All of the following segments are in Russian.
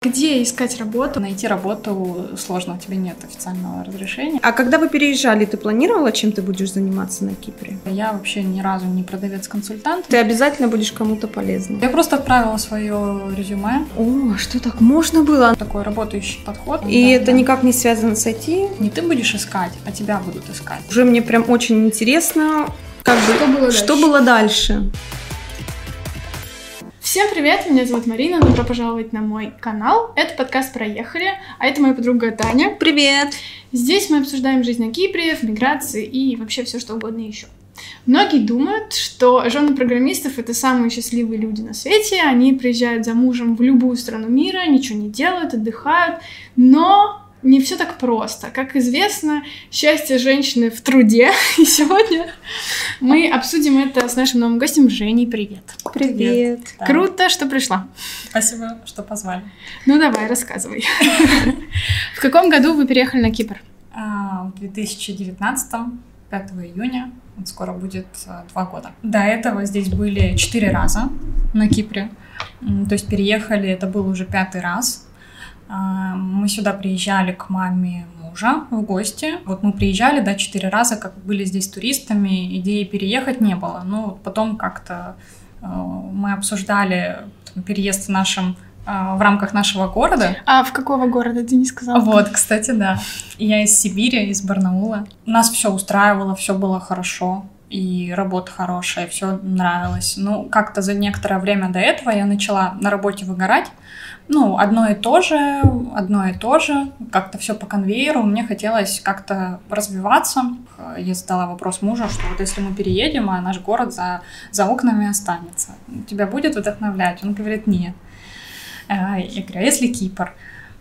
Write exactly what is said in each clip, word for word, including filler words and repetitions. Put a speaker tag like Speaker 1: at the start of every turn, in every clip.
Speaker 1: Где искать работу?
Speaker 2: Найти работу сложно, у тебя нет официального разрешения.
Speaker 3: А когда вы переезжали, ты планировала, чем ты будешь заниматься на Кипре?
Speaker 2: Я вообще ни разу не продавец-консультант.
Speaker 3: Ты обязательно будешь кому-то полезна.
Speaker 2: Я просто отправила свое резюме.
Speaker 3: О, что так можно было?
Speaker 2: Такой работающий подход.
Speaker 3: И
Speaker 2: да,
Speaker 3: это
Speaker 2: да.
Speaker 3: никак не связано с ай ти?
Speaker 2: Не ты будешь искать, а тебя будут искать.
Speaker 3: Уже мне прям очень интересно, как
Speaker 1: Что
Speaker 3: бы,
Speaker 1: было
Speaker 3: что
Speaker 1: дальше?
Speaker 3: было дальше.
Speaker 1: Всем привет, меня зовут Марина, добро пожаловать на мой канал. Это подкаст «Проехали», а это моя подруга Таня.
Speaker 3: Привет!
Speaker 1: Здесь мы обсуждаем жизнь на Кипре, в миграции и вообще все что угодно еще. Многие думают, что жены программистов — это самые счастливые люди на свете, они приезжают за мужем в любую страну мира, ничего не делают, отдыхают, но не все так просто. Как известно, счастье женщины в труде. И сегодня мы обсудим это с нашим новым гостем Женей. Привет.
Speaker 3: Привет.
Speaker 2: Да.
Speaker 1: Круто, что пришла.
Speaker 2: Спасибо, что позвали.
Speaker 1: Ну давай, рассказывай. В каком году вы переехали на Кипр?
Speaker 2: А, в две тысячи девятнадцатом, пятого июня, вот скоро будет а, два года. До этого здесь были четыре раза на Кипре. М, То есть переехали, это был уже пятый раз. А, Мы сюда приезжали к маме мужа в гости. Вот мы приезжали, да, четыре раза, как были здесь туристами, идеи переехать не было. Ну, потом как-то э, мы обсуждали там, переезд в нашем э, в рамках нашего города.
Speaker 1: А в какого города, ты не сказала?
Speaker 2: Вот, кстати, да. Я из Сибири, из Барнаула. Нас все устраивало, все было хорошо. И работа хорошая, все нравилось. Ну, как-то за некоторое время до этого я начала на работе выгорать. Ну, одно и то же, одно и то же, как-то все по конвейеру. Мне хотелось как-то развиваться. Я задала вопрос мужу, что вот если мы переедем, а наш город за, за окнами останется, тебя будет вдохновлять? Он говорит, нет. Я говорю, а если Кипр?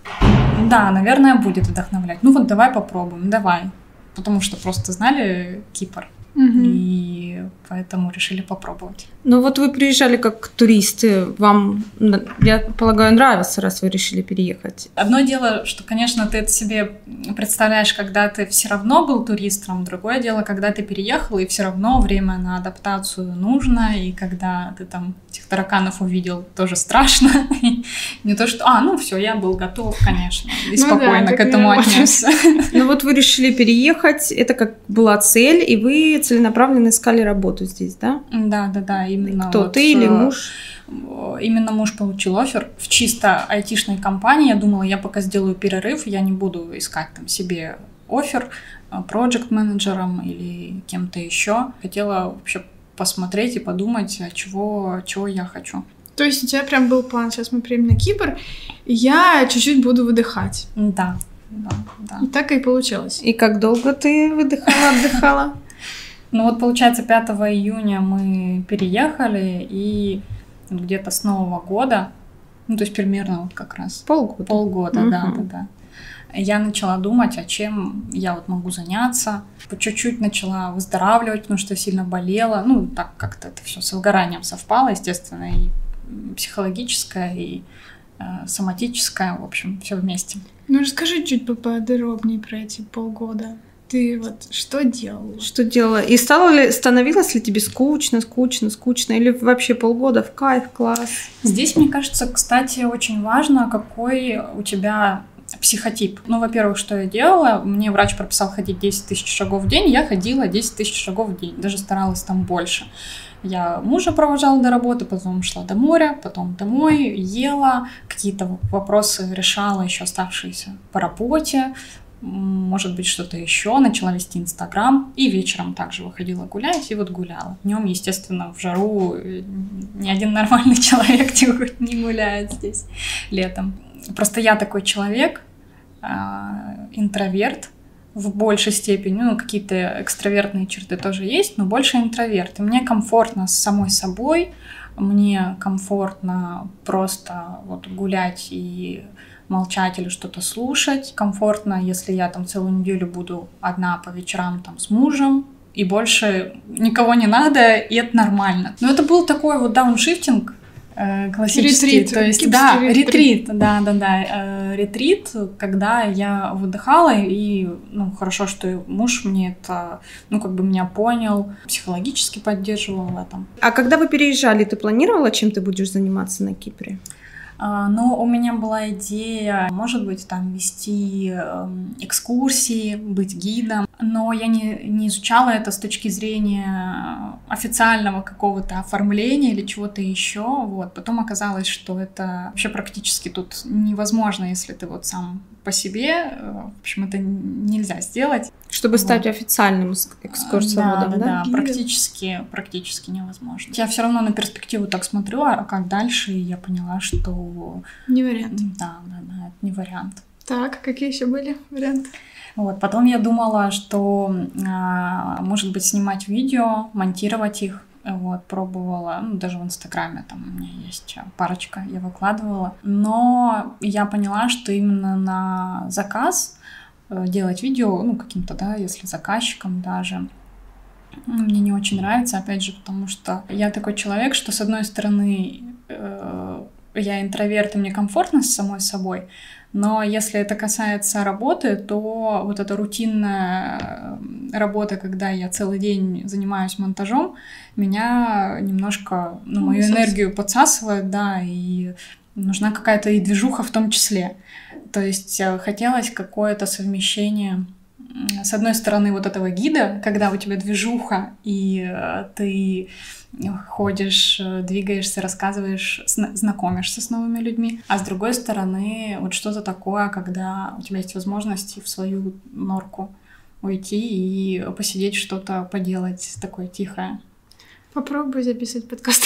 Speaker 2: Да, наверное, будет вдохновлять. Ну вот давай попробуем, давай. Потому что просто знали Кипр.
Speaker 1: Мгм.
Speaker 2: И поэтому решили попробовать.
Speaker 3: Ну вот вы приезжали как туристы, вам, я полагаю, нравится, раз вы решили переехать.
Speaker 2: Одно дело, что, конечно, ты это себе представляешь, когда ты все равно был туристом, другое дело, когда ты переехал, и все равно время на адаптацию нужно, и когда ты там этих тараканов увидел, тоже страшно. Не то, что, а, ну все, я был готов, конечно, и
Speaker 1: Ну да,
Speaker 2: спокойно
Speaker 1: так
Speaker 2: к
Speaker 1: и
Speaker 2: этому
Speaker 1: работает.
Speaker 2: отнесся.
Speaker 3: Ну вот вы решили переехать, это как была цель, и вы целенаправленно искали работу здесь, да?
Speaker 2: Да, да, да, именно.
Speaker 3: Кто,
Speaker 2: вот,
Speaker 3: ты или
Speaker 2: э,
Speaker 3: муж?
Speaker 2: Именно муж получил оффер в чисто айтишной компании. Я думала, я пока сделаю перерыв, я не буду искать там себе оффер проект-менеджером или кем-то еще. Хотела вообще посмотреть и подумать, а чего, чего я хочу.
Speaker 1: То есть у тебя прям был план, сейчас мы приедем на Кипр, и я чуть-чуть буду выдыхать.
Speaker 2: Да, да, да.
Speaker 1: И так и получилось.
Speaker 3: И как долго ты выдыхала, отдыхала?
Speaker 2: Ну вот, получается, пятого июня мы переехали, и где-то с Нового года, ну то есть примерно вот как раз
Speaker 3: Полгода.
Speaker 2: полгода,
Speaker 3: Мгм.
Speaker 2: да, да, да. Я начала думать, а чем я вот могу заняться. По чуть-чуть начала выздоравливать, потому что сильно болела. Ну, так как-то это все с выгоранием совпало, естественно, и психологическое, и э, соматическое, в общем, все вместе.
Speaker 1: Ну расскажи чуть поподробнее про эти полгода. Ты вот что делала?
Speaker 3: Что делала? И стало ли, становилось ли тебе скучно, скучно, скучно? Или вообще полгода в кайф, класс?
Speaker 2: Здесь, мне кажется, кстати, очень важно, какой у тебя психотип. Ну, во-первых, что я делала? Мне врач прописал ходить десять тысяч шагов в день, я ходила десять тысяч шагов в день, даже старалась там больше. Я мужа провожала до работы, потом шла до моря, потом домой, ела, какие-то вопросы решала, еще оставшиеся по работе, может быть, что-то еще, начала вести Инстаграм, и вечером также выходила гулять, и вот гуляла. Днем, естественно, в жару ни один нормальный человек не гуляет здесь летом. Просто я такой человек, интроверт в большей степени, ну, какие-то экстравертные черты тоже есть, но больше интроверт. И мне комфортно с самой собой, мне комфортно просто вот гулять и молчать или что-то слушать. Комфортно, если я там целую неделю буду одна по вечерам там с мужем, и больше никого не надо, и это нормально. Но это был такой вот дауншифтинг э, классический.
Speaker 1: Ретрит,
Speaker 2: То есть,
Speaker 1: кипрский
Speaker 2: да,
Speaker 1: ретрит.
Speaker 2: ретрит, да, да, да, э, ретрит, когда я выдыхала, и, ну, хорошо, что и муж мне это, ну, как бы меня понял, психологически поддерживал в этом.
Speaker 3: А когда вы переезжали, ты планировала, чем ты будешь заниматься на Кипре?
Speaker 2: Но у меня была идея, может быть, там вести экскурсии, быть гидом, но я не, не изучала это с точки зрения официального какого-то оформления или чего-то еще. Вот. Потом оказалось, что это вообще практически тут невозможно, если ты вот сам по себе. В общем, это нельзя сделать.
Speaker 3: Чтобы вот. Стать официальным экскурсоводом,
Speaker 2: да? Да, да,
Speaker 3: да,
Speaker 2: практически, практически невозможно. Я все равно на перспективу так смотрю, а как дальше, и я поняла, что...
Speaker 1: Не вариант.
Speaker 2: Да, да, да, это не вариант.
Speaker 1: Так, какие еще были варианты?
Speaker 2: Вот, потом я думала, что, а, может быть, снимать видео, монтировать их. Вот, пробовала, ну, даже в Инстаграме там у меня есть парочка, я выкладывала. Но я поняла, что именно на заказ делать видео, ну, каким-то, да, если заказчиком даже, мне не очень нравится, опять же, потому что я такой человек, что, с одной стороны, э, я интроверт, и мне комфортно с самой собой, но если это касается работы, то вот эта рутинная работа, когда я целый день занимаюсь монтажом, меня немножко, ну, мою энергию подсасывает, да, и нужна какая-то и движуха в том числе. То есть хотелось какое-то совмещение, с одной стороны, вот этого гида, когда у тебя движуха, и ты ходишь, двигаешься, рассказываешь, знакомишься с новыми людьми, а с другой стороны, вот что-то такое, когда у тебя есть возможность в свою норку уйти и посидеть, что-то поделать такое тихое.
Speaker 1: Попробуй записывать подкаст.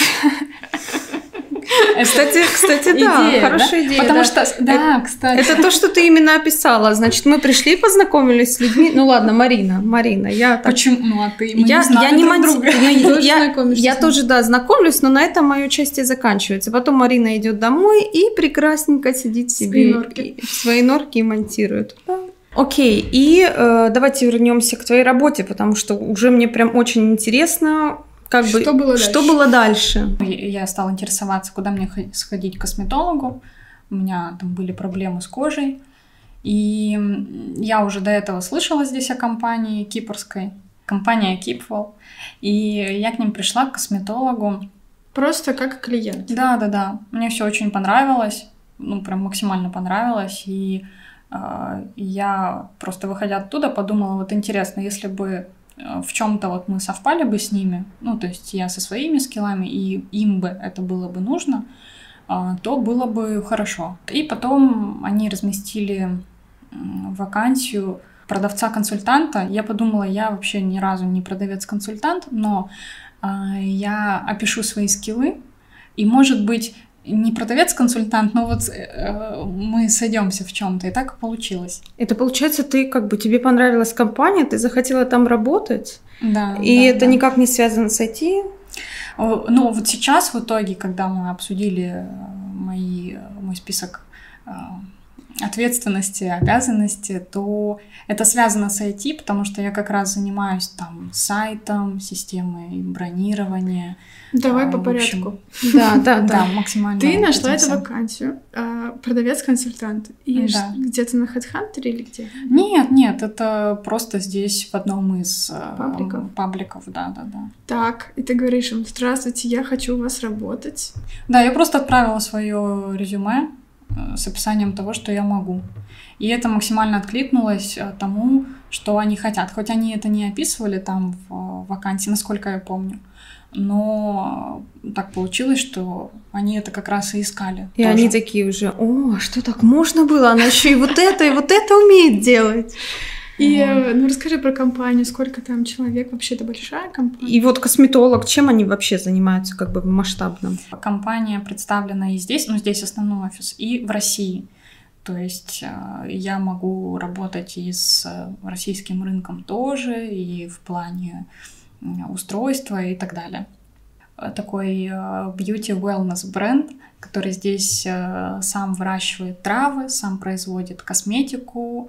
Speaker 3: Кстати, кстати, да, идея, хорошая да? идея.
Speaker 2: Потому
Speaker 3: да.
Speaker 2: что, да,
Speaker 3: это,
Speaker 2: кстати.
Speaker 3: Это то, что ты именно описала. Значит, мы пришли, познакомились с людьми. Ну ладно, Марина, Марина, я так...
Speaker 2: Почему? Ну, а ты, мы
Speaker 3: я,
Speaker 2: не знали
Speaker 3: я не
Speaker 2: друг
Speaker 3: монти...
Speaker 2: друга.
Speaker 3: Я, я, я тоже, да, знакомлюсь, но на этом мое участие заканчивается. Потом Марина идет домой и прекрасненько сидит себе и, в своей норке и монтирует. Да. Окей, и э, давайте вернемся к твоей работе, потому что уже мне прям очень интересно... Как
Speaker 1: что,
Speaker 3: бы,
Speaker 1: было
Speaker 3: что было дальше?
Speaker 2: Я стала интересоваться, куда мне сходить к косметологу. У меня там были проблемы с кожей. И я уже до этого слышала здесь о компании кипрской. Компания Keepwell. И я к ним пришла, к косметологу.
Speaker 1: Просто как клиент?
Speaker 2: Да-да-да. Мне все очень понравилось. Ну, прям максимально понравилось. И э, я просто, выходя оттуда, подумала, вот интересно, если бы в чем-то вот мы совпали бы с ними, ну, то есть я со своими скиллами, и им бы это было бы нужно, то было бы хорошо. И потом они разместили вакансию продавца-консультанта. Я подумала, я вообще ни разу не продавец-консультант, но я опишу свои скиллы, и, может быть, не продавец-консультант, но вот э, мы сойдемся в чем-то, и так и получилось.
Speaker 3: Это получается, ты как бы тебе понравилась компания, ты захотела там работать,
Speaker 2: да,
Speaker 3: и
Speaker 2: да,
Speaker 3: это
Speaker 2: да.
Speaker 3: никак не связано с ай ти?
Speaker 2: Ну вот сейчас в итоге, когда мы обсудили мои, мой список э, ответственности, обязанности, то это связано с ай ти, потому что я как раз занимаюсь там сайтом, системой бронирования.
Speaker 1: Давай
Speaker 2: а,
Speaker 1: по
Speaker 2: общем,
Speaker 1: порядку.
Speaker 3: Да, да,
Speaker 2: да, максимально.
Speaker 1: Ты нашла эту вакансию, продавец-консультант, и
Speaker 2: да.
Speaker 1: где-то на HeadHunter или где?
Speaker 2: Нет, нет, это просто здесь в одном из
Speaker 1: пабликов,
Speaker 2: пабликов, да, да, да.
Speaker 1: Так, и ты говоришь им: здравствуйте, я хочу у вас работать.
Speaker 2: Да, я просто отправила свое резюме с описанием того, что я могу. И это максимально откликнулось тому, что они хотят. Хоть они это не описывали там в вакансии, насколько я помню. Но так получилось, что они это как раз и искали.
Speaker 3: И
Speaker 2: тоже.
Speaker 3: Они такие уже: о, что так можно было? Она еще и вот это, и вот это умеет делать.
Speaker 1: И mm. ну расскажи про компанию, сколько там человек, вообще это большая компания?
Speaker 3: И вот косметолог, чем они вообще занимаются как бы в масштабном?
Speaker 2: Компания представлена и здесь, ну здесь основной офис, и в России. То есть я могу работать и с российским рынком тоже, и в плане устройства и так далее. Такой beauty-wellness бренд, который здесь сам выращивает травы, сам производит косметику.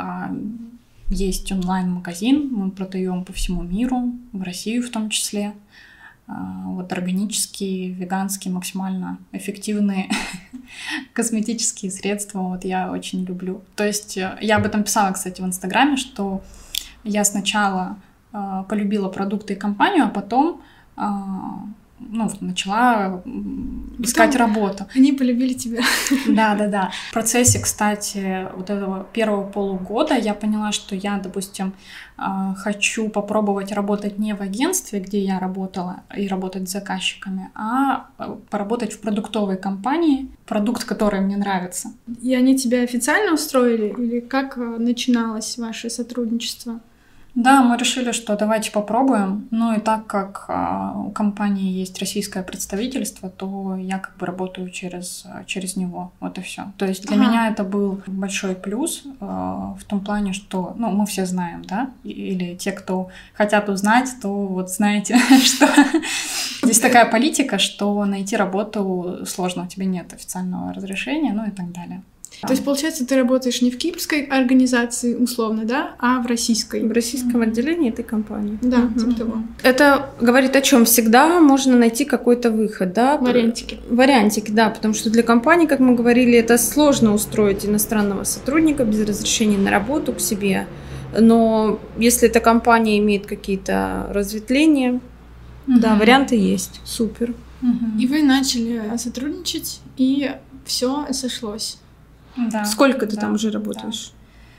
Speaker 2: Есть онлайн-магазин, мы продаем по всему миру, в Россию в том числе. Вот органические, веганские, максимально эффективные косметические средства вот я очень люблю. То есть я об этом писала, кстати, в Инстаграме, что я сначала полюбила продукты и компанию, а потом ну, начала искать
Speaker 1: Потом
Speaker 2: работу.
Speaker 1: Они полюбили тебя.
Speaker 2: Да, да, да. В процессе, кстати, вот этого первого полугода я поняла, что я, допустим, хочу попробовать работать не в агентстве, где я работала, и работать с заказчиками, а поработать в продуктовой компании, продукт, который мне нравится.
Speaker 1: И они тебя официально устроили? Или как начиналось ваше сотрудничество?
Speaker 2: Да, мы решили, что давайте попробуем. Ну и так как а, у компании есть российское представительство, то я как бы работаю через, через него. Вот и все. То есть для ага. меня это был большой плюс а, в том плане, что, ну, мы все знаем, да, или те, кто хотят узнать, то вот знаете, что здесь такая политика, что найти работу сложно, у тебя нет официального разрешения, ну и так далее.
Speaker 1: То есть, получается, ты работаешь не в кипрской организации, условно, да, а в российской.
Speaker 3: В российском mm-hmm. отделении этой компании.
Speaker 1: Да, mm-hmm. типа того.
Speaker 3: Это говорит о чем? Всегда можно найти какой-то выход, да?
Speaker 1: Вариантики.
Speaker 3: Вариантики, да, потому что для компании, как мы говорили, это сложно устроить иностранного сотрудника без разрешения на работу к себе. Но если эта компания имеет какие-то разветвления, mm-hmm. да, варианты есть. Супер.
Speaker 1: Mm-hmm. И вы начали сотрудничать, и все сошлось.
Speaker 3: Да, Сколько ты да, там уже работаешь?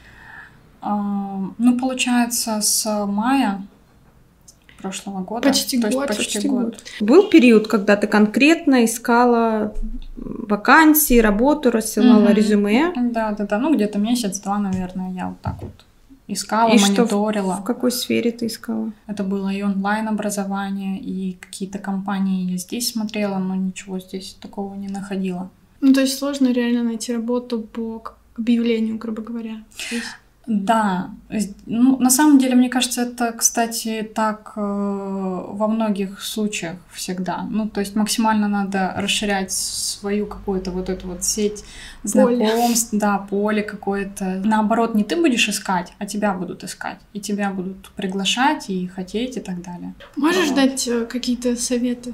Speaker 2: Да. А, ну, получается, с мая прошлого года.
Speaker 1: Почти
Speaker 2: то
Speaker 1: год.
Speaker 2: Есть почти
Speaker 1: почти
Speaker 2: год.
Speaker 1: год.
Speaker 3: Был период, когда ты конкретно искала вакансии, работу, рассылала mm-hmm. резюме?
Speaker 2: Да, да, да. Ну, где-то месяц-два, наверное, я вот так вот искала,
Speaker 3: и
Speaker 2: мониторила.
Speaker 3: Что, в, в какой сфере ты искала?
Speaker 2: Это было и онлайн-образование, и какие-то компании я здесь смотрела, но ничего здесь такого не находила.
Speaker 1: Ну, то есть сложно реально найти работу по объявлению, грубо говоря. Здесь.
Speaker 2: Да. Ну, на самом деле, мне кажется, это, кстати, так э, во многих случаях всегда. Ну, то есть максимально надо расширять свою какую-то вот эту вот сеть знакомств, поле. Да, поле какое-то. Наоборот, не ты будешь искать, а тебя будут искать. И тебя будут приглашать и хотеть и так далее.
Speaker 1: Можешь вот. дать какие-то советы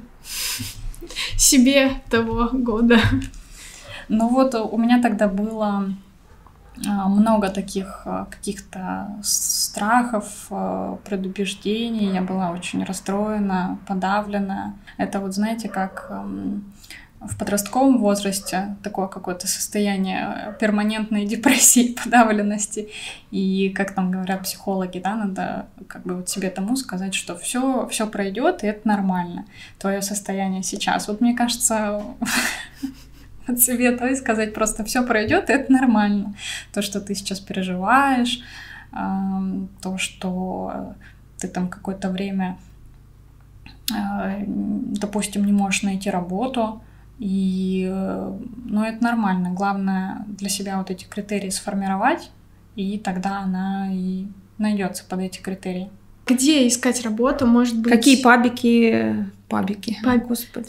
Speaker 1: себе того года?
Speaker 2: Ну вот у меня тогда было много таких каких-то страхов, предубеждений. Я была очень расстроена, подавлена. Это вот, знаете, как в подростковом возрасте такое какое-то состояние перманентной депрессии, подавленности. И, как там говорят психологи, да, надо как бы вот себе тому сказать, что все, все пройдет, и это нормально. Твое состояние сейчас. Вот мне кажется... от себе, то есть сказать просто все пройдет, и это нормально. То, что ты сейчас переживаешь, то, что ты там какое-то время, допустим, не можешь найти работу, и, ну, это нормально. Главное для себя вот эти критерии сформировать, и тогда она и найдется под эти критерии.
Speaker 1: Где искать работу, может быть?
Speaker 3: Какие пабики? Пабики.
Speaker 1: Паб...
Speaker 3: Господи.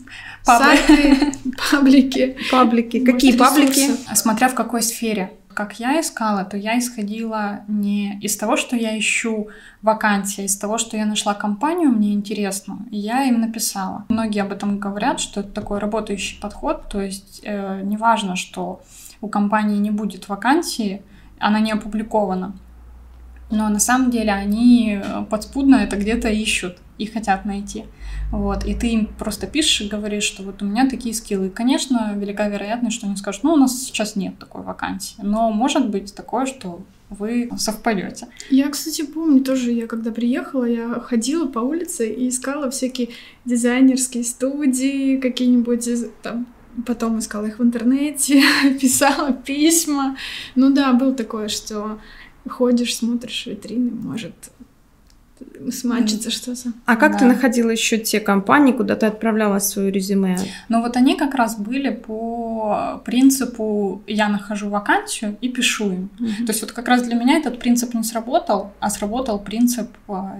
Speaker 1: Сайты, паблики.
Speaker 3: Паблики. Какие паблики?
Speaker 2: Смотря в какой сфере. Как я искала, то я исходила не из того, что я ищу вакансии, а из того, что я нашла компанию, мне интересно, и я им написала. Многие об этом говорят, что это такой работающий подход, то есть э, неважно, что у компании не будет вакансии, она не опубликована. Но на самом деле они подспудно это где-то ищут и хотят найти. Вот. И ты им просто пишешь и говоришь, что вот у меня такие скиллы. И, конечно, велика вероятность, что они скажут, ну, у нас сейчас нет такой вакансии. Но может быть такое, что вы совпадете.
Speaker 1: Я, кстати, помню тоже, я когда приехала, я ходила по улице и искала всякие дизайнерские студии, какие-нибудь там. Потом искала их в интернете, писала письма. Ну да, было такое, что ходишь, смотришь витрины, может смачиться mm. что-то.
Speaker 3: А как
Speaker 2: да.
Speaker 3: ты находила еще те компании, куда ты отправляла свое резюме?
Speaker 2: Ну вот они как раз были по принципу «я нахожу вакансию и пишу им». Mm-hmm. То есть вот как раз для меня этот принцип не сработал, а сработал принцип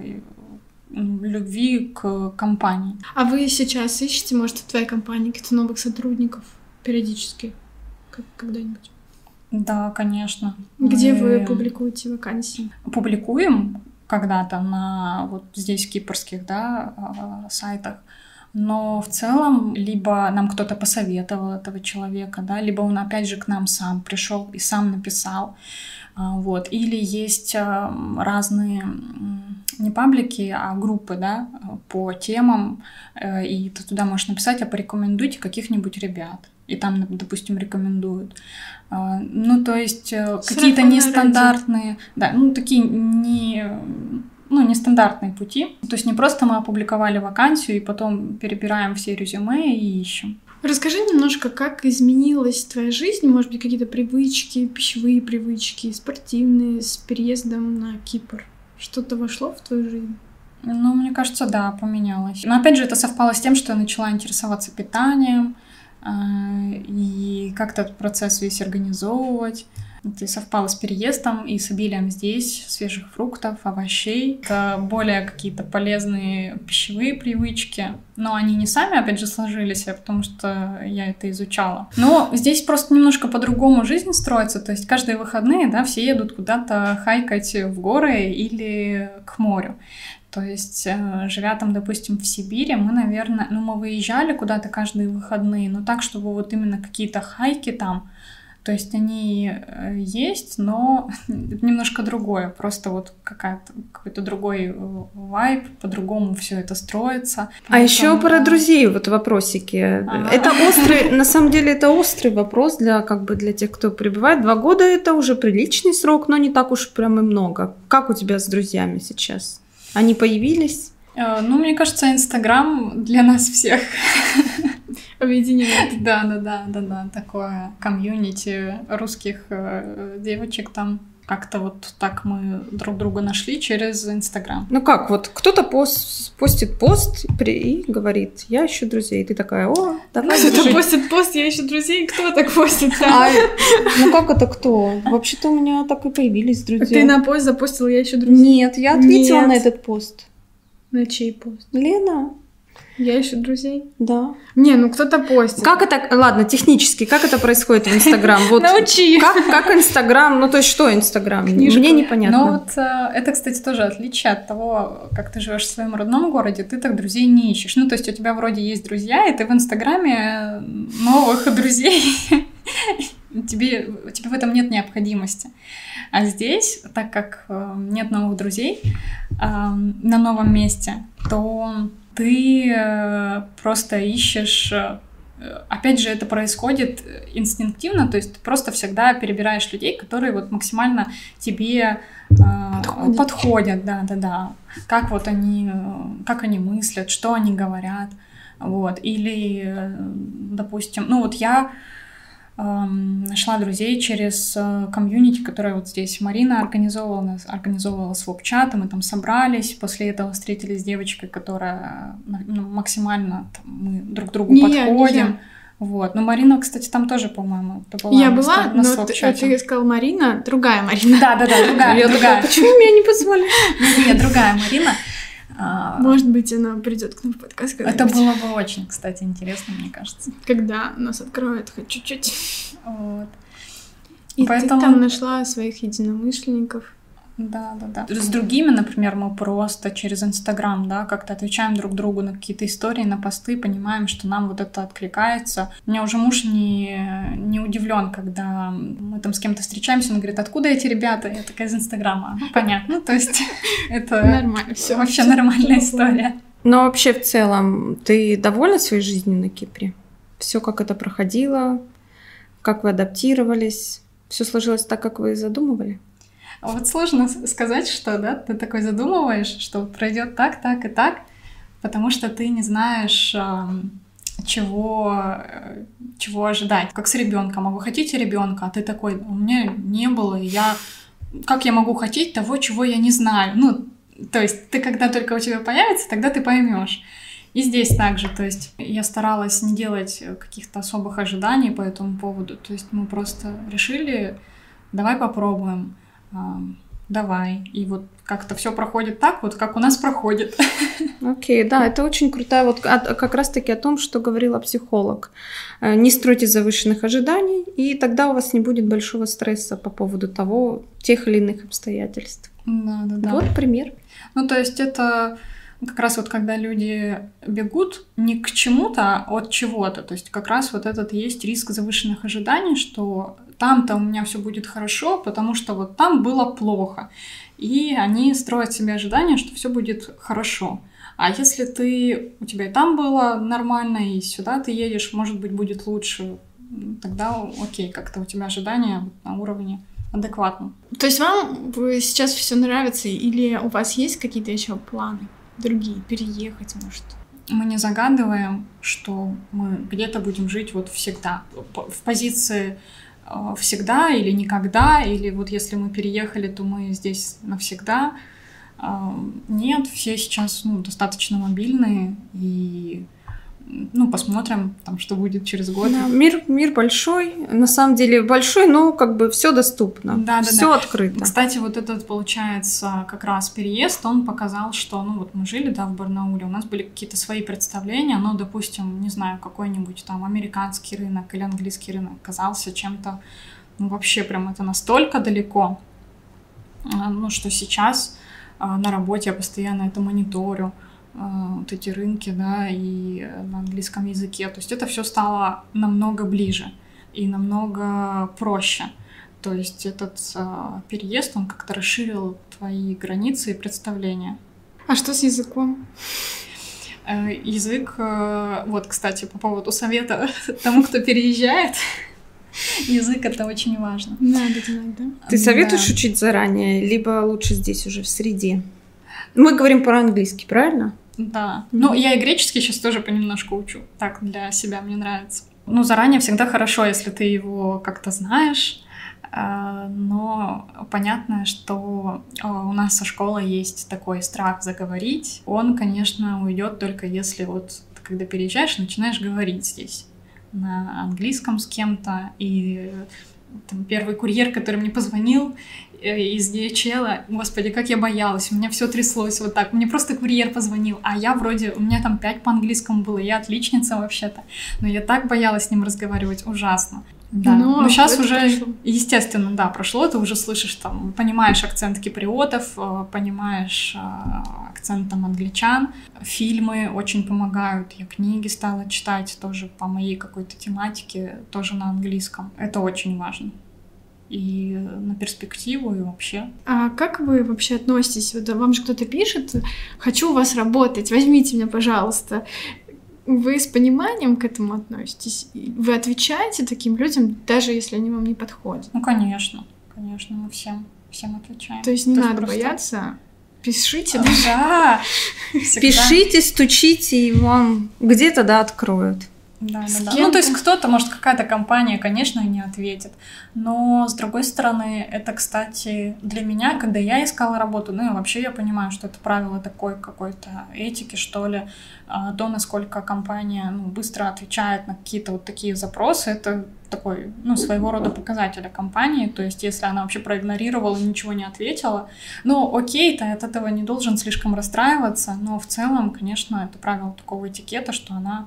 Speaker 2: любви к компании.
Speaker 1: А вы сейчас ищете, может, в твоей компании каких-то новых сотрудников периодически? Как- когда-нибудь?
Speaker 2: Да, конечно.
Speaker 1: Где
Speaker 2: Мы
Speaker 1: вы публикуете вакансии?
Speaker 2: Публикуем когда-то на вот здесь кипрских, да, сайтах, Но в целом либо нам кто-то посоветовал этого человека, да, либо он опять же к нам сам пришел и сам написал. Вот. Или есть разные не паблики, а группы, да, по темам, и ты туда можешь написать, а порекомендуйте каких-нибудь ребят. И там, допустим, рекомендуют. Ну, то есть какие-то нестандартные, да, ну, такие не... ну, нестандартные пути. То есть не просто мы опубликовали вакансию и потом перебираем все резюме и ищем.
Speaker 1: Расскажи немножко, как изменилась твоя жизнь, может быть, какие-то привычки, пищевые привычки, спортивные, с переездом на Кипр. Что-то вошло в твою жизнь?
Speaker 2: Ну, мне кажется, да, поменялось. Но опять же, это совпало с тем, что я начала интересоваться питанием и как-то этот процесс весь организовывать. Это совпало с переездом и с обилием здесь свежих фруктов, овощей. Это более какие-то полезные пищевые привычки. Но они не сами, опять же, сложились, а потому что я это изучала. Но здесь просто немножко по-другому жизнь строится. То есть каждые выходные, да, все едут куда-то хайкать в горы или к морю. То есть, живя там, допустим, в Сибири, мы, наверное, ну, мы выезжали куда-то каждые выходные, но так, чтобы вот именно какие-то хайки там. То есть они есть, но немножко другое. Просто вот какая-то, какой-то другой вайб, по-другому все это строится.
Speaker 3: А
Speaker 2: Поэтому...
Speaker 3: еще про друзей вот вопросики. А-а-а. Это острый, на самом деле это острый вопрос для, как бы, для тех, кто прибывает. Два года это уже приличный срок, но не так уж прям и много. Как у тебя с друзьями сейчас? Они появились?
Speaker 2: Ну, мне кажется, Инстаграм для нас всех
Speaker 1: объединяет.
Speaker 2: Да, да, да, да, да, такое комьюнити русских э, девочек там. Как-то вот так мы друг друга нашли через Инстаграм.
Speaker 3: Ну как, вот кто-то пост, постит пост и говорит, я ищу друзей. Ты такая, о, давай.
Speaker 1: Кто-то постит пост, я ищу друзей. Кто так постит?
Speaker 3: А, ну как это кто? Вообще-то у меня так и появились друзья.
Speaker 1: Ты на пост запостила, я ищу друзей?
Speaker 3: Нет, я ответила Нет. на этот пост.
Speaker 1: На чей пост?
Speaker 3: Лена.
Speaker 1: Я ищу друзей?
Speaker 3: Да.
Speaker 1: Не, ну кто-то постит.
Speaker 3: Как это, ладно, технически, как это происходит в Инстаграм? Вот
Speaker 1: научи.
Speaker 3: Как, как Инстаграм, ну то есть что Инстаграм? Мне непонятно.
Speaker 2: Ну вот это, кстати, тоже отличие от того, как ты живешь в своем родном городе, ты так друзей не ищешь. Ну то есть у тебя вроде есть друзья, и ты в Инстаграме новых друзей, тебе, тебе в этом нет необходимости. А здесь, так как нет новых друзей на новом месте, то ты просто ищешь... Опять же, это происходит инстинктивно, то есть ты просто всегда перебираешь людей, которые вот максимально тебе подходят, подходят да, да, да. Как вот они, как они мыслят, что они говорят, вот. Или, допустим, ну вот я нашла друзей через комьюнити, которое вот здесь Марина организовывала, организовывала своп-чат, мы там собрались, после этого встретились с девочкой, которая ну, максимально там, мы друг к другу не подходим. Я, не я. Вот. Но Марина, кстати, там тоже, по-моему, была.
Speaker 1: Я была, на, на но ты, ты сказала Марина, другая Марина.
Speaker 2: Да-да-да, другая, другая.
Speaker 3: Почему меня не позвали?
Speaker 2: Нет, другая Марина.
Speaker 1: Может быть, она придет к нам в подкаст.
Speaker 2: Это было бы очень, кстати, интересно, мне кажется.
Speaker 1: Когда нас откроют хоть чуть-чуть.
Speaker 2: Вот.
Speaker 1: И Поэтому... ты там нашла своих единомышленников.
Speaker 2: Да, да, да. С другими, например, мы просто через Инстаграм, да, как-то отвечаем друг другу на какие-то истории, на посты, понимаем, что нам вот это откликается. У меня уже муж не, не удивлен, когда мы там с кем-то встречаемся, он говорит, откуда эти ребята? Я такая из Инстаграма. Понятно, то есть это
Speaker 1: нормально, все
Speaker 2: вообще нормальная история.
Speaker 3: Но вообще в целом, ты довольна своей жизнью на Кипре? Все, как это проходило, как вы адаптировались? Все сложилось так, как вы задумывали?
Speaker 2: Вот сложно сказать, что, да, ты такой задумываешь, что пройдет так, так и так, потому что ты не знаешь, чего, чего ожидать. Как с ребенком. А вы хотите ребенка? А ты такой, у меня не было, и я... Как я могу хотеть того, чего я не знаю? Ну, то есть ты, когда только у тебя появится, тогда ты поймешь. И здесь также, то есть я старалась не делать каких-то особых ожиданий по этому поводу. То есть мы просто решили, давай попробуем. Давай. И вот как-то все проходит так, вот как у нас проходит.
Speaker 3: Окей, okay, да, это очень круто. Вот как раз-таки о том, что говорила психолог. Не стройте завышенных ожиданий, и тогда у вас не будет большого стресса по поводу того, тех или иных обстоятельств.
Speaker 2: Да, да, да.
Speaker 3: Вот пример.
Speaker 2: Ну, то есть это как раз вот когда люди бегут не к чему-то, а от чего-то, то есть как раз вот этот есть риск завышенных ожиданий, что там-то у меня все будет хорошо, потому что вот там было плохо. И они строят себе ожидания, что все будет хорошо. А если ты, у тебя и там было нормально, и сюда ты едешь, может быть, будет лучше, тогда окей, как-то у тебя ожидания на уровне адекватном.
Speaker 1: То есть вам сейчас все нравится, или у вас есть какие-то еще планы другие, переехать, может?
Speaker 2: Мы не загадываем, что мы где-то будем жить вот всегда. В позиции всегда или никогда, или вот если мы переехали, то мы здесь навсегда. Нет, все сейчас ну, достаточно мобильные, и ну, посмотрим, там, что будет через год.
Speaker 3: Да, мир, мир большой, на самом деле большой, но как бы все доступно,
Speaker 2: да,
Speaker 3: все
Speaker 2: да, да.
Speaker 3: открыто.
Speaker 2: Кстати, вот этот, получается, как раз переезд, он показал, что, ну, вот мы жили, да, в Барнауле, у нас были какие-то свои представления, но, допустим, не знаю, какой-нибудь там американский рынок или английский рынок казался чем-то, ну, вообще прям это настолько далеко, ну, что сейчас на работе я постоянно это мониторю, вот эти рынки, да, и на английском языке. То есть это все стало намного ближе и намного проще. То есть этот э, переезд, он как-то расширил твои границы и представления.
Speaker 1: А что с языком?
Speaker 2: Э, язык, э, вот, кстати, по поводу совета тому, кто переезжает, язык — это очень важно.
Speaker 1: Надо знать, да?
Speaker 3: Ты советуешь учить заранее, либо лучше здесь уже в среде? Мы говорим про английский, правильно?
Speaker 2: Да. Mm-hmm. Ну, я и греческий сейчас тоже понемножку учу. Так, для себя мне нравится. Ну, заранее всегда хорошо, если ты его как-то знаешь. Но понятно, что у нас со школы есть такой страх заговорить. Он, конечно, уйдет только если вот ты, когда переезжаешь, начинаешь говорить здесь на английском с кем-то. И там, первый курьер, который мне позвонил из ди эйч эл, господи, как я боялась, у меня все тряслось вот так, мне просто курьер позвонил, а я вроде, у меня там пять по английскому было, я отличница вообще-то, но я так боялась с ним разговаривать, ужасно. Да. Но, но сейчас уже, прошло. Естественно, да, прошло, ты уже слышишь там, понимаешь акцент киприотов, понимаешь акцент там англичан, фильмы очень помогают, я книги стала читать тоже по моей какой-то тематике, тоже на английском, это очень важно. И на перспективу, и вообще.
Speaker 1: А как вы вообще относитесь? Вот вам же кто-то пишет: «Хочу у вас работать, возьмите меня, пожалуйста». Вы с пониманием к этому относитесь? Вы отвечаете таким людям, даже если они вам не подходят?
Speaker 2: Ну, конечно. Конечно, мы всем, всем отвечаем.
Speaker 1: То есть не То надо просто... бояться? Пишите.
Speaker 2: Да.
Speaker 3: Пишите, стучите, и вам где-то, да, откроют.
Speaker 2: Да, да, да. Ну, то есть кто-то, может, какая-то компания, конечно, не ответит. Но, с другой стороны, это, кстати, для меня, когда я искала работу, ну, и вообще я понимаю, что это правило такой какой-то этики, что ли, то, насколько компания, ну, быстро отвечает на какие-то вот такие запросы, это такой, ну, своего рода показатель компании. То есть, если она вообще проигнорировала и ничего не ответила, ну, окей, ты от этого не должен слишком расстраиваться, но в целом, конечно, это правило такого этикета, что она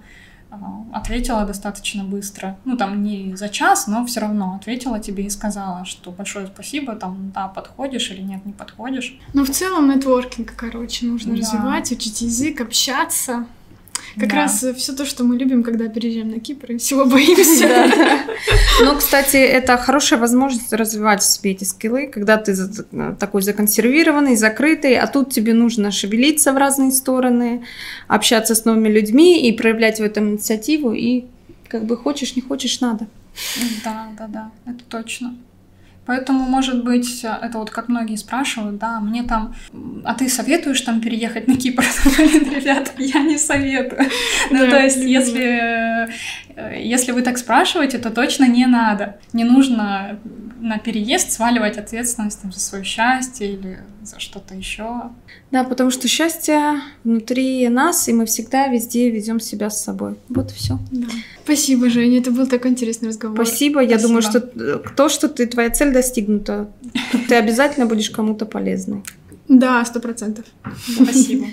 Speaker 2: ответила достаточно быстро. Ну, там, не за час, но все равно ответила тебе и сказала, что большое спасибо, там, да, подходишь или нет, не подходишь.
Speaker 1: Ну, в целом, нетворкинг, короче, нужно
Speaker 2: да.
Speaker 1: развивать, учить язык, общаться. Как
Speaker 2: да.
Speaker 1: раз все то, что мы любим, когда переезжаем на Кипр, и всего боимся.
Speaker 3: Но, кстати, это хорошая возможность развивать в себе эти скиллы, когда ты такой законсервированный, закрытый, а тут тебе нужно шевелиться в разные стороны, общаться с новыми людьми и проявлять в этом инициативу, и как бы хочешь, не хочешь, надо.
Speaker 2: Да, да, да, это точно. Поэтому, может быть, это вот как многие спрашивают, да, мне там, а ты советуешь там переехать на Кипр? Ребята, я не советую. Ну, то есть, если, если вы так спрашиваете, то точно не надо. Не нужно на переезд сваливать ответственность там, за свое счастье или за что-то еще.
Speaker 3: Да, потому что счастье внутри нас, и мы всегда везде ведем себя с собой. Вот и все.
Speaker 1: Да. Спасибо, Женя, это был такой интересный разговор.
Speaker 3: Спасибо. Спасибо. Я думаю, что то, что ты, твоя цель достигнута, ты обязательно будешь кому-то полезной.
Speaker 1: Да, сто процентов.
Speaker 2: Спасибо.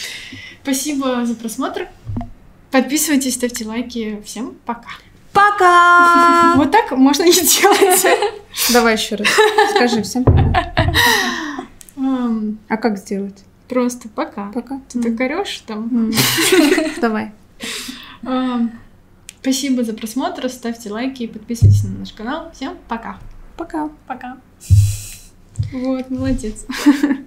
Speaker 1: Спасибо за просмотр. Подписывайтесь, ставьте лайки. Всем пока.
Speaker 3: Пока!
Speaker 1: Вот так можно не делать.
Speaker 3: Давай еще раз. Скажи всем пока. А как сделать?
Speaker 1: Просто пока.
Speaker 3: Пока.
Speaker 1: Ты так орёшь там.
Speaker 3: Давай.
Speaker 1: Спасибо за просмотр, ставьте лайки и подписывайтесь на наш канал. Всем пока.
Speaker 3: Пока.
Speaker 2: Пока.
Speaker 1: Вот, молодец.